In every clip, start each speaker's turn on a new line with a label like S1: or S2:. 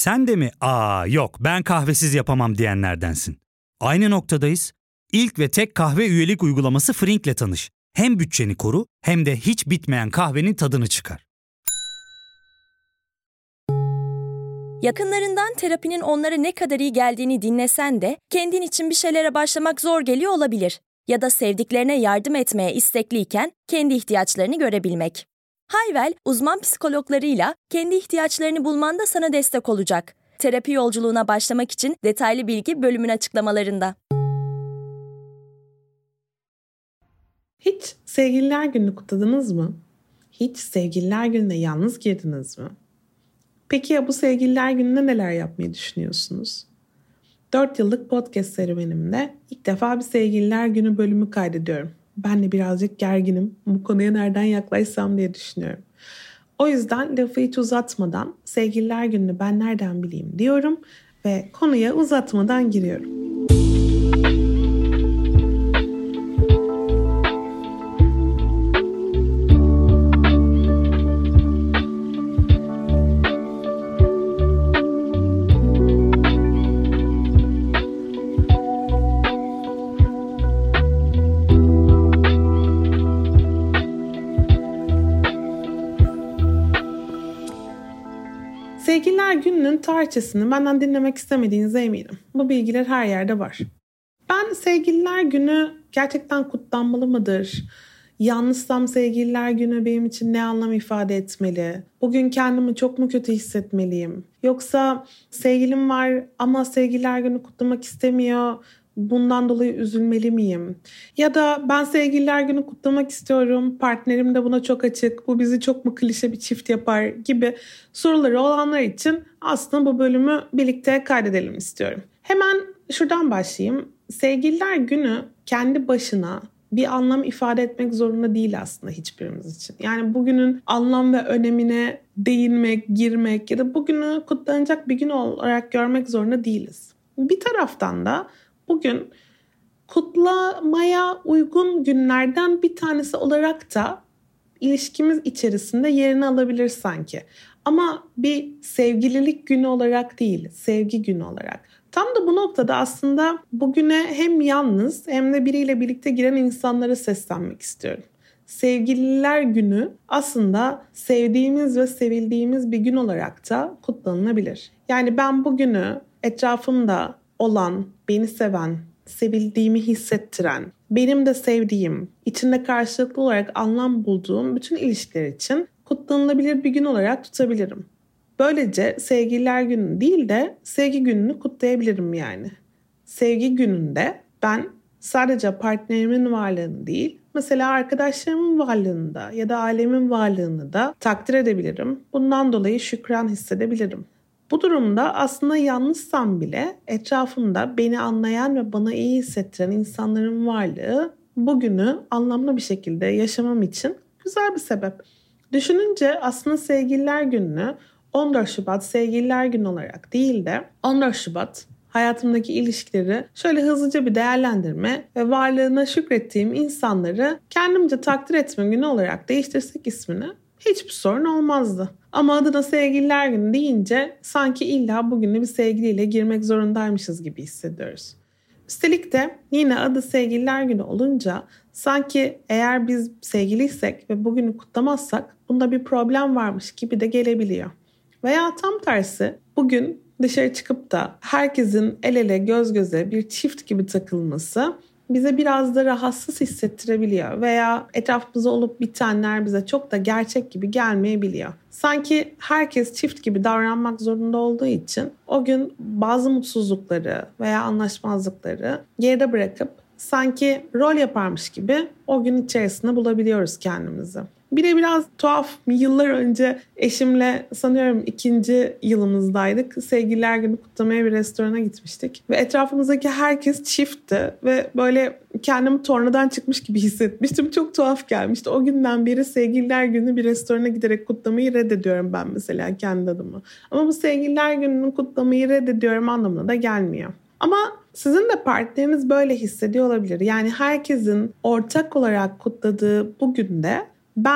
S1: Sen de mi yok ben kahvesiz yapamam diyenlerdensin? Aynı noktadayız. İlk ve tek kahve üyelik uygulaması Frink'le tanış. Hem bütçeni koru hem de hiç bitmeyen kahvenin tadını çıkar.
S2: Yakınlarından terapinin onlara ne kadar iyi geldiğini dinlesen de kendin için bir şeylere başlamak zor geliyor olabilir. Ya da sevdiklerine yardım etmeye istekliyken kendi ihtiyaçlarını görebilmek. Hayvel, uzman psikologlarıyla kendi ihtiyaçlarını bulmanda sana destek olacak. Terapi yolculuğuna başlamak için detaylı bilgi bölümün açıklamalarında.
S3: Hiç sevgililer gününü kutladınız mı? Hiç sevgililer gününe yalnız girdiniz mi? Peki ya bu sevgililer gününde neler yapmayı düşünüyorsunuz? 4 yıllık podcast serüvenimde ilk defa bir sevgililer günü bölümü kaydediyorum. Ben de birazcık gerginim. Bu konuya nereden yaklaşsam diye düşünüyorum. O yüzden lafı hiç uzatmadan sevgililer gününü ben nereden bileyim diyorum ve konuya uzatmadan giriyorum. Sevgililer gününün tarihçesini benden dinlemek istemediğinize eminim. Bu bilgiler her yerde var. Ben sevgililer günü gerçekten kutlanmalı mıdır? Yalnızsam sevgililer günü benim için ne anlam ifade etmeli? Bugün kendimi çok mu kötü hissetmeliyim? Yoksa sevgilim var ama sevgililer günü kutlamak istemiyor. Bundan dolayı üzülmeli miyim? Ya da ben sevgililer günü kutlamak istiyorum. Partnerim de buna çok açık. Bu bizi çok mu klişe bir çift yapar gibi soruları olanlar için aslında bu bölümü birlikte kaydedelim istiyorum. Hemen şuradan başlayayım. Sevgililer günü kendi başına bir anlam ifade etmek zorunda değil aslında hiçbirimiz için. Yani bugünün anlam ve önemine değinmek, girmek ya da bugünü kutlanacak bir gün olarak görmek zorunda değiliz. Bir taraftan da bugün kutlamaya uygun günlerden bir tanesi olarak da ilişkimiz içerisinde yerini alabilir sanki. Ama bir sevgililik günü olarak değil, sevgi günü olarak. Tam da bu noktada aslında bugüne hem yalnız hem de biriyle birlikte giren insanlara seslenmek istiyorum. Sevgililer günü aslında sevdiğimiz ve sevildiğimiz bir gün olarak da kutlanılabilir. Yani ben bugünü etrafımda olan, beni seven, sevildiğimi hissettiren, benim de sevdiğim, içinde karşılıklı olarak anlam bulduğum bütün ilişkiler için kutlanılabilir bir gün olarak tutabilirim. Böylece sevgililer günü değil de sevgi gününü kutlayabilirim yani. Sevgi gününde ben sadece partnerimin varlığını değil, mesela arkadaşlarımın varlığını da ya da ailemin varlığını da takdir edebilirim. Bundan dolayı şükran hissedebilirim. Bu durumda aslında yalnızsam bile etrafımda beni anlayan ve bana iyi hissettiren insanların varlığı bugünü anlamlı bir şekilde yaşamam için güzel bir sebep. Düşününce aslında sevgililer gününü 14 Şubat sevgililer günü olarak değil de 14 Şubat hayatımdaki ilişkileri şöyle hızlıca bir değerlendirme ve varlığına şükrettiğim insanları kendimce takdir etme günü olarak değiştirsek ismini hiçbir sorun olmazdı. Ama adına sevgililer günü deyince sanki illa bugünü bir sevgiliyle girmek zorundaymışız gibi hissediyoruz. Üstelik de yine adı sevgililer günü olunca sanki eğer biz sevgiliysek ve bugünü kutlamazsak bunda bir problem varmış gibi de gelebiliyor. Veya tam tersi bugün dışarı çıkıp da herkesin el ele göz göze bir çift gibi takılması bize biraz da rahatsız hissettirebiliyor veya etrafımızda olup bitenler bize çok da gerçek gibi gelmeyebiliyor. Sanki herkes çift gibi davranmak zorunda olduğu için o gün bazı mutsuzlukları veya anlaşmazlıkları geride bırakıp sanki rol yaparmış gibi o gün içerisinde bulabiliyoruz kendimizi. Bir de biraz tuhaf, yıllar önce eşimle sanıyorum 2. yılımızdaydık. Sevgililer günü kutlamaya bir restorana gitmiştik. Ve etrafımızdaki herkes çiftti. Ve böyle kendimi tornadan çıkmış gibi hissetmiştim. Çok tuhaf gelmişti. O günden beri sevgililer günü bir restorana giderek kutlamayı reddediyorum ben mesela kendi adıma. Ama bu sevgililer gününün kutlamayı reddediyorum anlamına da gelmiyor. Ama sizin de partneriniz böyle hissediyor olabilir. Yani herkesin ortak olarak kutladığı bu günde ben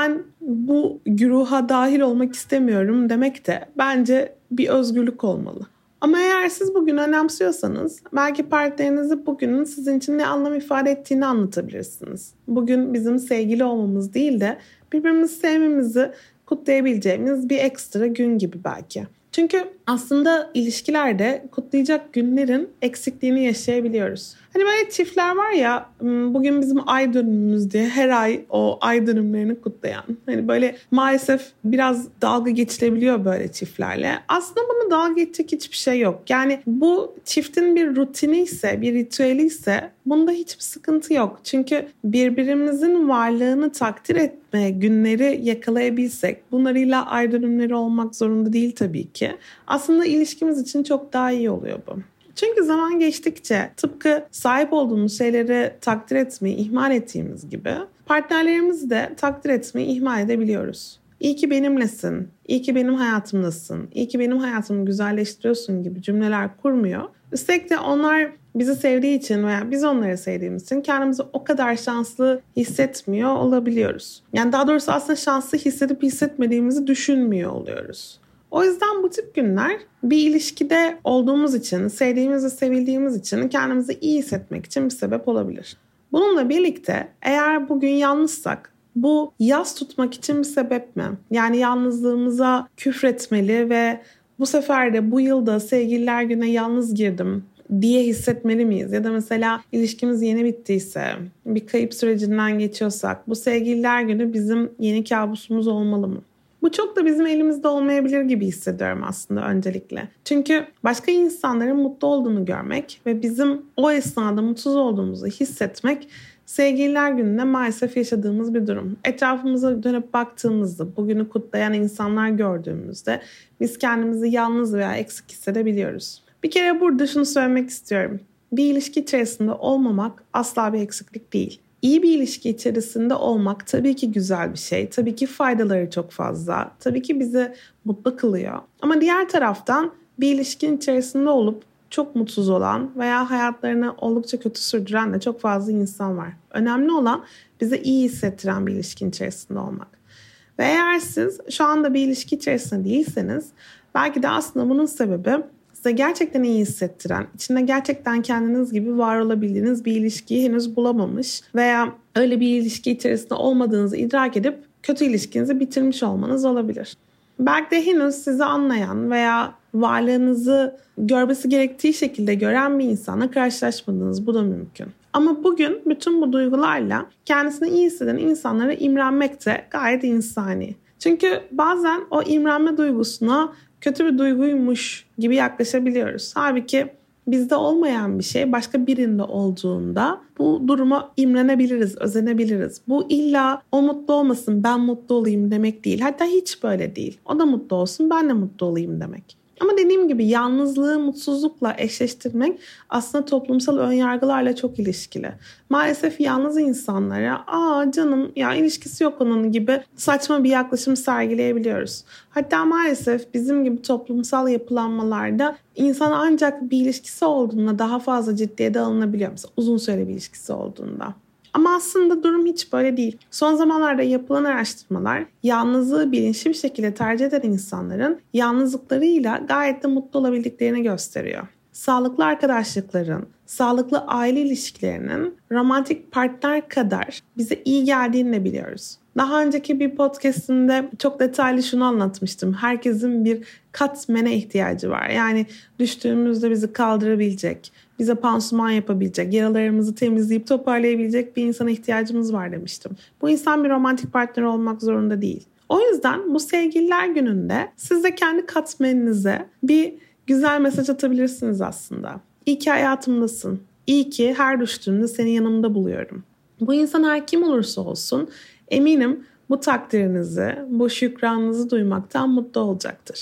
S3: bu güruha dahil olmak istemiyorum demek de bence bir özgürlük olmalı. Ama eğer siz bugün önemsiyorsanız belki partnerinize bugünün sizin için ne anlam ifade ettiğini anlatabilirsiniz. Bugün bizim sevgili olmamız değil de birbirimizi sevmemizi kutlayabileceğimiz bir ekstra gün gibi belki. Çünkü aslında ilişkilerde kutlayacak günlerin eksikliğini yaşayabiliyoruz. Hani böyle çiftler var ya, bugün bizim ay dönümümüz diye her ay o ay dönümlerini kutlayan. Hani böyle maalesef biraz dalga geçilebiliyor böyle çiftlerle. Aslında buna dalga geçecek hiçbir şey yok. Yani bu çiftin bir rutini ise, bir ritüeli ise bunda hiçbir sıkıntı yok. Çünkü birbirimizin varlığını takdir etme günleri yakalayabilsek, bunlarıyla ay dönümleri olmak zorunda değil tabii ki. Aslında ilişkimiz için çok daha iyi oluyor bu. Çünkü zaman geçtikçe tıpkı sahip olduğumuz şeyleri takdir etmeyi ihmal ettiğimiz gibi partnerlerimizi de takdir etmeyi ihmal edebiliyoruz. İyi ki benimlesin, iyi ki benim hayatımdasın, iyi ki benim hayatımı güzelleştiriyorsun gibi cümleler kurmuyor. Üstelik de onlar bizi sevdiği için veya biz onları sevdiğimiz için kendimizi o kadar şanslı hissetmiyor olabiliyoruz. Yani daha doğrusu aslında şanslı hissedip hissetmediğimizi düşünmüyor oluyoruz. O yüzden bu tip günler bir ilişkide olduğumuz için, sevdiğimiz ve sevildiğimiz için kendimizi iyi hissetmek için bir sebep olabilir. Bununla birlikte eğer bugün yalnızsak bu yas tutmak için bir sebep mi? Yani yalnızlığımıza küfretmeli ve bu sefer de bu yılda sevgililer güne yalnız girdim diye hissetmeli miyiz? Ya da mesela ilişkimiz yeni bittiyse, bir kayıp sürecinden geçiyorsak bu sevgililer günü bizim yeni kabusumuz olmalı mı? Bu çok da bizim elimizde olmayabilir gibi hissediyorum aslında öncelikle. Çünkü başka insanların mutlu olduğunu görmek ve bizim o esnada mutsuz olduğumuzu hissetmek sevgililer gününde maalesef yaşadığımız bir durum. Etrafımıza dönüp baktığımızda, bugünü kutlayan insanlar gördüğümüzde biz kendimizi yalnız veya eksik hissedebiliyoruz. Bir kere burada şunu söylemek istiyorum. Bir ilişki içerisinde olmamak asla bir eksiklik değil. İyi bir ilişki içerisinde olmak tabii ki güzel bir şey. Tabii ki faydaları çok fazla. Tabii ki bizi mutlu kılıyor. Ama diğer taraftan bir ilişkin içerisinde olup çok mutsuz olan veya hayatlarını oldukça kötü sürdüren de çok fazla insan var. Önemli olan bize iyi hissettiren bir ilişkin içerisinde olmak. Ve eğer siz şu anda bir ilişki içerisinde değilseniz belki de aslında bunun sebebi size gerçekten iyi hissettiren, içinde gerçekten kendiniz gibi var olabildiğiniz bir ilişkiyi henüz bulamamış veya öyle bir ilişki içerisinde olmadığınızı idrak edip kötü ilişkinizi bitirmiş olmanız olabilir. Belki de henüz sizi anlayan veya varlığınızı görmesi gerektiği şekilde gören bir insanla karşılaşmadığınız, bu da mümkün. Ama bugün bütün bu duygularla kendisini iyi hisseden insanlara imrenmek de gayet insani. Çünkü bazen o imrenme duygusuna kötü bir duyguymuş gibi yaklaşabiliyoruz. Halbuki bizde olmayan bir şey başka birinde olduğunda bu duruma imrenebiliriz, özenebiliriz. Bu illa o mutlu olmasın, ben mutlu olayım demek değil. Hatta hiç böyle değil. O da mutlu olsun, ben de mutlu olayım demek. Ama dediğim gibi yalnızlığı mutsuzlukla eşleştirmek aslında toplumsal önyargılarla çok ilişkili. Maalesef yalnız insanlara canım ya ilişkisi yok onun gibi saçma bir yaklaşım sergileyebiliyoruz. Hatta maalesef bizim gibi toplumsal yapılanmalarda insan ancak bir ilişkisi olduğunda daha fazla ciddiye de alınabiliyor. Mesela uzun süreli bir ilişkisi olduğunda. Ama aslında durum hiç böyle değil. Son zamanlarda yapılan araştırmalar yalnızlığı bilinçli bir şekilde tercih eden insanların yalnızlıklarıyla gayet de mutlu olabildiklerini gösteriyor. Sağlıklı arkadaşlıkların, sağlıklı aile ilişkilerinin romantik partner kadar bize iyi geldiğini de biliyoruz. Daha önceki bir podcastimde çok detaylı şunu anlatmıştım. Herkesin bir katmene ihtiyacı var. Yani düştüğümüzde bizi kaldırabilecek, bize pansuman yapabilecek, yaralarımızı temizleyip toparlayabilecek bir insana ihtiyacımız var demiştim. Bu insan bir romantik partner olmak zorunda değil. O yüzden bu sevgililer gününde siz de kendi katmeninize bir güzel mesaj atabilirsiniz aslında. İyi ki hayatımdasın. İyi ki her düştüğümde seni yanımda buluyorum. Bu insan her kim olursa olsun eminim bu takdirinizi, bu şükranınızı duymaktan mutlu olacaktır.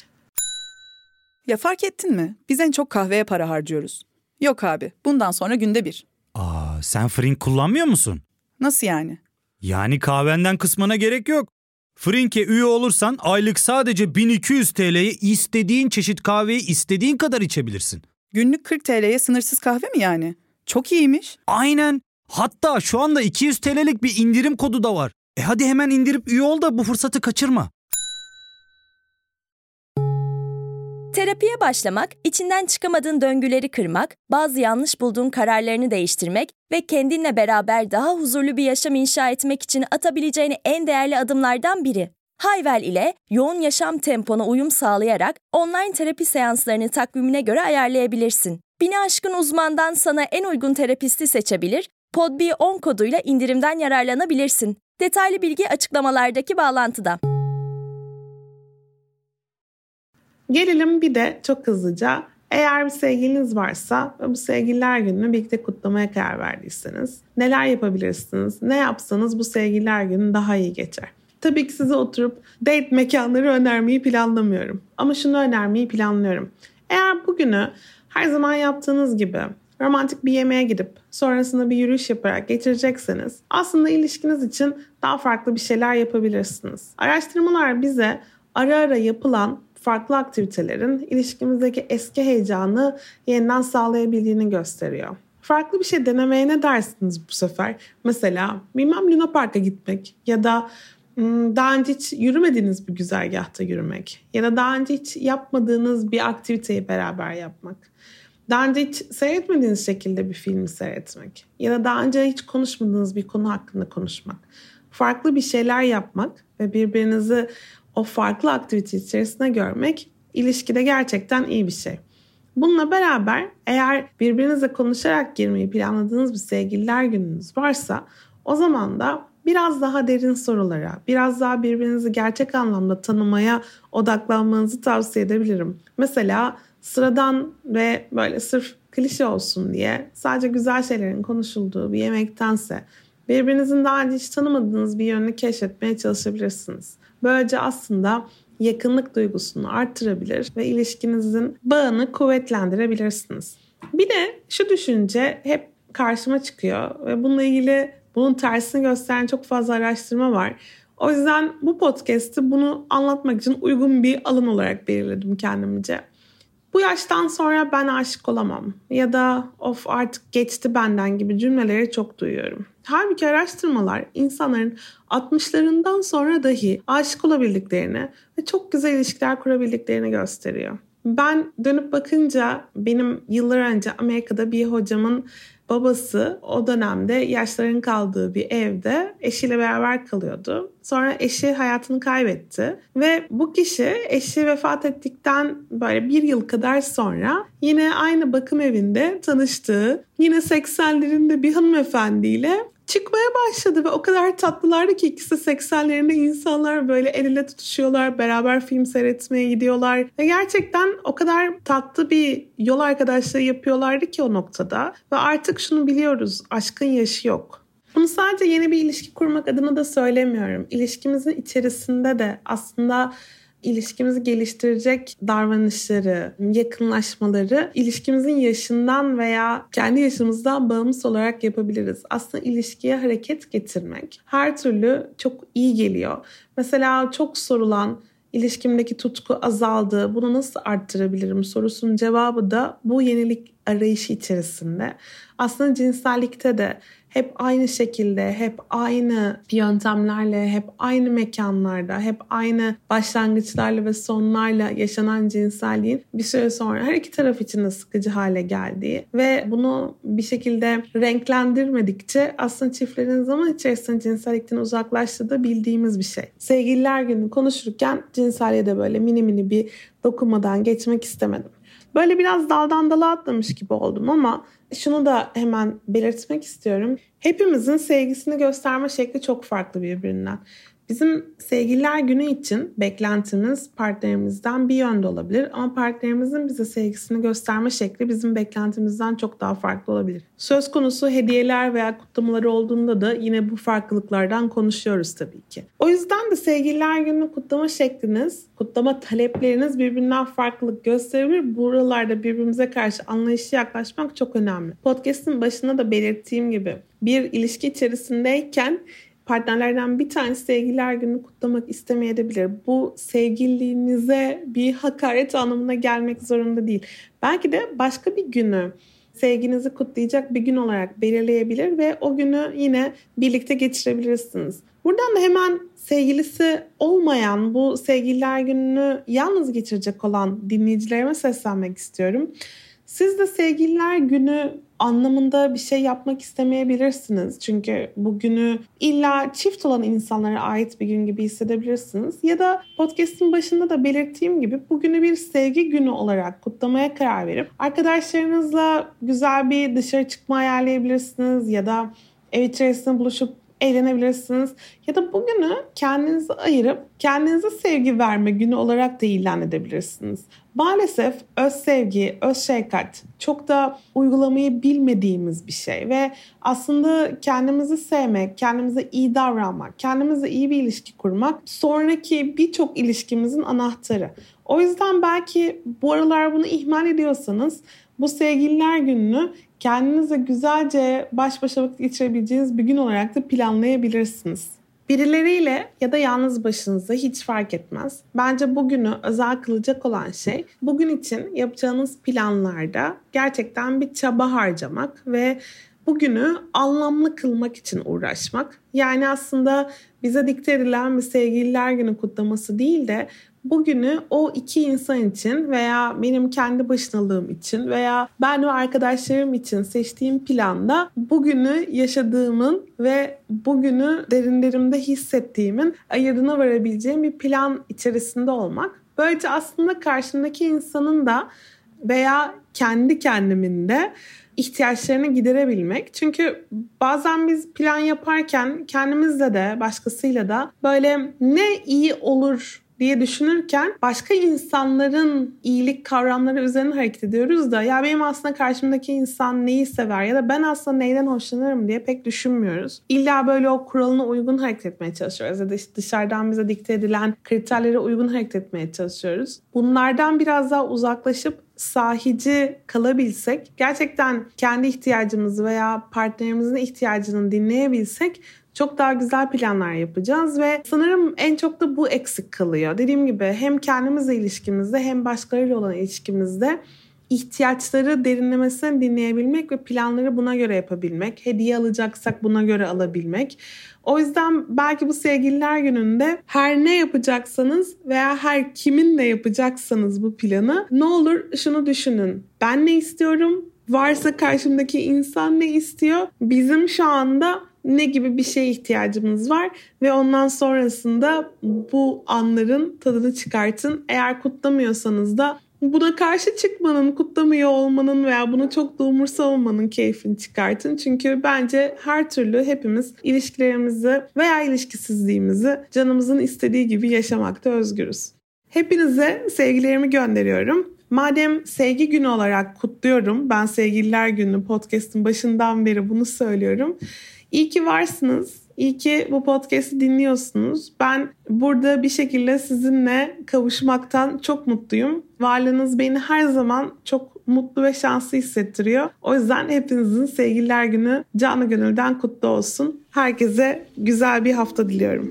S4: Ya fark ettin mi? Biz en çok kahveye para harcıyoruz. Yok abi, bundan sonra günde bir.
S1: Sen Frink kullanmıyor musun?
S4: Nasıl yani?
S1: Yani kahvenden kısmına gerek yok. Frink'e üye olursan aylık sadece 1200 TL'ye istediğin çeşit kahveyi istediğin kadar içebilirsin.
S4: Günlük 40 TL'ye sınırsız kahve mi yani? Çok iyiymiş.
S1: Aynen. Hatta şu anda 200 TL'lik bir indirim kodu da var. Hadi hemen indirip üye ol da bu fırsatı kaçırma.
S2: Terapiye başlamak, içinden çıkamadığın döngüleri kırmak, bazı yanlış bulduğun kararlarını değiştirmek ve kendinle beraber daha huzurlu bir yaşam inşa etmek için atabileceğin en değerli adımlardan biri. Hayvel ile yoğun yaşam tempona uyum sağlayarak online terapi seanslarını takvimine göre ayarlayabilirsin. 1000'i aşkın uzmandan sana en uygun terapisti seçebilir, PodB10 koduyla indirimden yararlanabilirsin. Detaylı bilgi açıklamalardaki bağlantıda.
S3: Gelelim bir de çok hızlıca, eğer bir sevgiliniz varsa ve bu sevgililer gününü birlikte kutlamaya karar verdiyseniz neler yapabilirsiniz? Ne yapsanız bu sevgililer günü daha iyi geçer? Tabii ki size oturup date mekanları önermeyi planlamıyorum. Ama şunu önermeyi planlıyorum. Eğer bugünü her zaman yaptığınız gibi romantik bir yemeğe gidip sonrasında bir yürüyüş yaparak geçirecekseniz aslında ilişkiniz için daha farklı bir şeyler yapabilirsiniz. Araştırmalar bize ara ara yapılan farklı aktivitelerin ilişkimizdeki eski heyecanı yeniden sağlayabildiğini gösteriyor. Farklı bir şey denemeye ne dersiniz bu sefer? Mesela Luna Park'a gitmek ya da daha önce hiç yürümediğiniz bir güzergahta yürümek ya da daha önce hiç yapmadığınız bir aktiviteyi beraber yapmak. Daha önce hiç seyretmediğiniz şekilde bir filmi seyretmek ya da daha önce hiç konuşmadığınız bir konu hakkında konuşmak. Farklı bir şeyler yapmak ve birbirinizi o farklı aktivite içerisinde görmek ilişkide gerçekten iyi bir şey. Bununla beraber eğer birbirinizle konuşarak girmeyi planladığınız bir sevgililer gününüz varsa o zaman da biraz daha derin sorulara, biraz daha birbirinizi gerçek anlamda tanımaya odaklanmanızı tavsiye edebilirim. Mesela sıradan ve böyle sırf klişe olsun diye sadece güzel şeylerin konuşulduğu bir yemektense birbirinizin daha önce hiç tanımadığınız bir yönünü keşfetmeye çalışabilirsiniz. Böylece aslında yakınlık duygusunu arttırabilir ve ilişkinizin bağını kuvvetlendirebilirsiniz. Bir de şu düşünce hep karşıma çıkıyor ve bununla ilgili bunun tersini gösteren çok fazla araştırma var. O yüzden bu podcast'ı bunu anlatmak için uygun bir alan olarak belirledim kendimce. Bu yaştan sonra ben aşık olamam ya da of artık geçti benden gibi cümleleri çok duyuyorum. Halbuki araştırmalar insanların 60'larından sonra dahi aşık olabildiklerini ve çok güzel ilişkiler kurabildiklerini gösteriyor. Ben dönüp bakınca benim yıllar önce Amerika'da bir hocamın babası o dönemde yaşların kaldığı bir evde eşiyle beraber kalıyordu. Sonra eşi hayatını kaybetti ve bu kişi eşi vefat ettikten böyle 1 yıl kadar sonra yine aynı bakım evinde tanıştığı yine 80'lerinde bir hanımefendiyle çıkmaya başladı ve o kadar tatlılardı ki ikisi 80'lerinde insanlar böyle el ele tutuşuyorlar, beraber film seyretmeye gidiyorlar ve gerçekten o kadar tatlı bir yol arkadaşlığı yapıyorlardı ki o noktada ve artık şunu biliyoruz, aşkın yaşı yok. Bunu sadece yeni bir ilişki kurmak adına da söylemiyorum. İlişkimizin içerisinde de aslında ilişkimizi geliştirecek davranışları, yakınlaşmaları ilişkimizin yaşından veya kendi yaşımızdan bağımsız olarak yapabiliriz. Aslında ilişkiye hareket getirmek her türlü çok iyi geliyor. Mesela çok sorulan ilişkimdeki tutku azaldı, bunu nasıl arttırabilirim sorusunun cevabı da bu yenilik arayışı içerisinde. Aslında cinsellikte de hep aynı şekilde, hep aynı yöntemlerle, hep aynı mekanlarda, hep aynı başlangıçlarla ve sonlarla yaşanan cinselliğin bir süre sonra her iki taraf için de sıkıcı hale geldiği ve bunu bir şekilde renklendirmedikçe aslında çiftlerin zaman içerisinde cinsellikten uzaklaştığı da bildiğimiz bir şey. Sevgililer günü konuşurken cinselliğe de böyle mini mini bir dokunmadan geçmek istemedim. Böyle biraz daldan dala atlamış gibi oldum ama şunu da hemen belirtmek istiyorum. Hepimizin sevgisini gösterme şekli çok farklı birbirinden. Bizim sevgililer günü için beklentimiz partnerimizden bir yönde olabilir ama partnerimizin bize sevgisini gösterme şekli bizim beklentimizden çok daha farklı olabilir. Söz konusu hediyeler veya kutlamaları olduğunda da yine bu farklılıklardan konuşuyoruz tabii ki. O yüzden de sevgililer günü kutlama şekliniz, kutlama talepleriniz birbirinden farklılık gösterebilir. Buralarda birbirimize karşı anlayışlı yaklaşmak çok önemli. Podcast'ın başında da belirttiğim gibi bir ilişki içerisindeyken partnerlerden bir tanesi sevgililer gününü kutlamak istemeyebilir. Bu sevgililiğinize bir hakaret anlamına gelmek zorunda değil. Belki de başka bir günü sevginizi kutlayacak bir gün olarak belirleyebilir ve o günü yine birlikte geçirebilirsiniz. Buradan da hemen sevgilisi olmayan, bu sevgililer gününü yalnız geçirecek olan dinleyicilerime seslenmek istiyorum. Siz de sevgililer günü anlamında bir şey yapmak istemeyebilirsiniz. Çünkü bu günü illa çift olan insanlara ait bir gün gibi hissedebilirsiniz. Ya da podcast'ın başında da belirttiğim gibi bugünü bir sevgi günü olarak kutlamaya karar verip arkadaşlarınızla güzel bir dışarı çıkma ayarlayabilirsiniz ya da ev içerisinde buluşup eğlenebilirsiniz. Ya da bugünü kendinize ayırıp kendinize sevgi verme günü olarak da ilan edebilirsiniz. Maalesef öz sevgi, öz şefkat çok da uygulamayı bilmediğimiz bir şey ve aslında kendimizi sevmek, kendimize iyi davranmak, kendimize iyi bir ilişki kurmak sonraki birçok ilişkimizin anahtarı. O yüzden belki bu aralar bunu ihmal ediyorsanız bu sevgililer gününü kendinize güzelce baş başa vakit geçirebileceğiniz bir gün olarak da planlayabilirsiniz. Birileriyle ya da yalnız başınıza hiç fark etmez. Bence bugünü özel kılacak olan şey bugün için yapacağınız planlarda gerçekten bir çaba harcamak ve bugünü anlamlı kılmak için uğraşmak. Yani aslında bize dikte edilen bir sevgililer günü kutlaması değil de bugünü o iki insan için veya benim kendi başınalığım için veya ben ve arkadaşlarım için seçtiğim planda bugünü yaşadığımın ve bugünü derinlerimde hissettiğimin ayırdına varabileceğim bir plan içerisinde olmak. Böylece aslında karşımdaki insanın da veya kendi kendimin de ihtiyaçlarını giderebilmek. Çünkü bazen biz plan yaparken kendimizle de başkasıyla da böyle ne iyi olur diye düşünürken başka insanların iyilik kavramları üzerine hareket ediyoruz da ya benim aslında karşımdaki insan neyi sever ya da ben aslında neyden hoşlanırım diye pek düşünmüyoruz. İlla böyle o kuralına uygun hareket etmeye çalışıyoruz ya da işte dışarıdan bize dikte edilen kriterlere uygun hareket etmeye çalışıyoruz. Bunlardan biraz daha uzaklaşıp sahici kalabilsek, gerçekten kendi ihtiyacımızı veya partnerimizin ihtiyacını dinleyebilsek çok daha güzel planlar yapacağız ve sanırım en çok da bu eksik kalıyor. Dediğim gibi hem kendimizle ilişkimizde hem başkalarıyla olan ilişkimizde ihtiyaçları derinlemesine dinleyebilmek ve planları buna göre yapabilmek. Hediye alacaksak buna göre alabilmek. O yüzden belki bu sevgililer gününde her ne yapacaksanız veya her kiminle yapacaksanız bu planı ne olur şunu düşünün. Ben ne istiyorum? Varsa karşımdaki insan ne istiyor? Bizim şu anda ne gibi bir şeye ihtiyacımız var ve ondan sonrasında bu anların tadını çıkartın. Eğer kutlamıyorsanız da buna karşı çıkmanın, kutlamıyor olmanın veya bunu çok da umursamamanın keyfini çıkartın. Çünkü bence her türlü hepimiz ilişkilerimizi veya ilişkisizliğimizi canımızın istediği gibi yaşamakta özgürüz. Hepinize sevgilerimi gönderiyorum. Madem sevgi günü olarak kutluyorum, ben sevgililer günü podcast'ın başından beri bunu söylüyorum. İyi ki varsınız. İyi ki bu podcast'i dinliyorsunuz. Ben burada bir şekilde sizinle kavuşmaktan çok mutluyum. Varlığınız beni her zaman çok mutlu ve şanslı hissettiriyor. O yüzden hepinizin sevgililer günü canı gönülden kutlu olsun. Herkese güzel bir hafta diliyorum.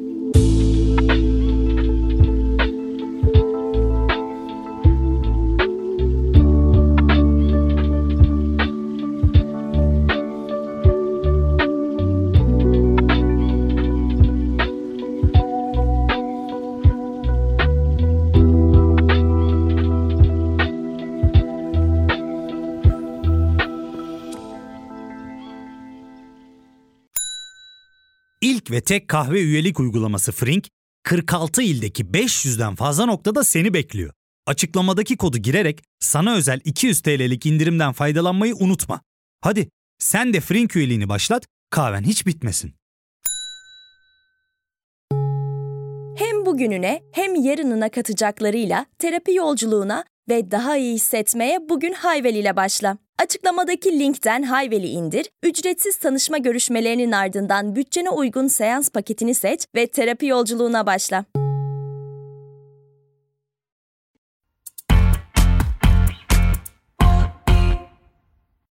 S1: İlk ve tek kahve üyelik uygulaması Frink, 46 ildeki 500'den fazla noktada seni bekliyor. Açıklamadaki kodu girerek sana özel 200 TL'lik indirimden faydalanmayı unutma. Hadi sen de Frink üyeliğini başlat, kahven hiç bitmesin.
S2: Hem bugününe hem yarınına katacaklarıyla terapi yolculuğuna ve daha iyi hissetmeye bugün Hayvel ile başla. Açıklamadaki linkten Hayvel'i indir, ücretsiz tanışma görüşmelerinin ardından bütçene uygun seans paketini seç ve terapi yolculuğuna başla.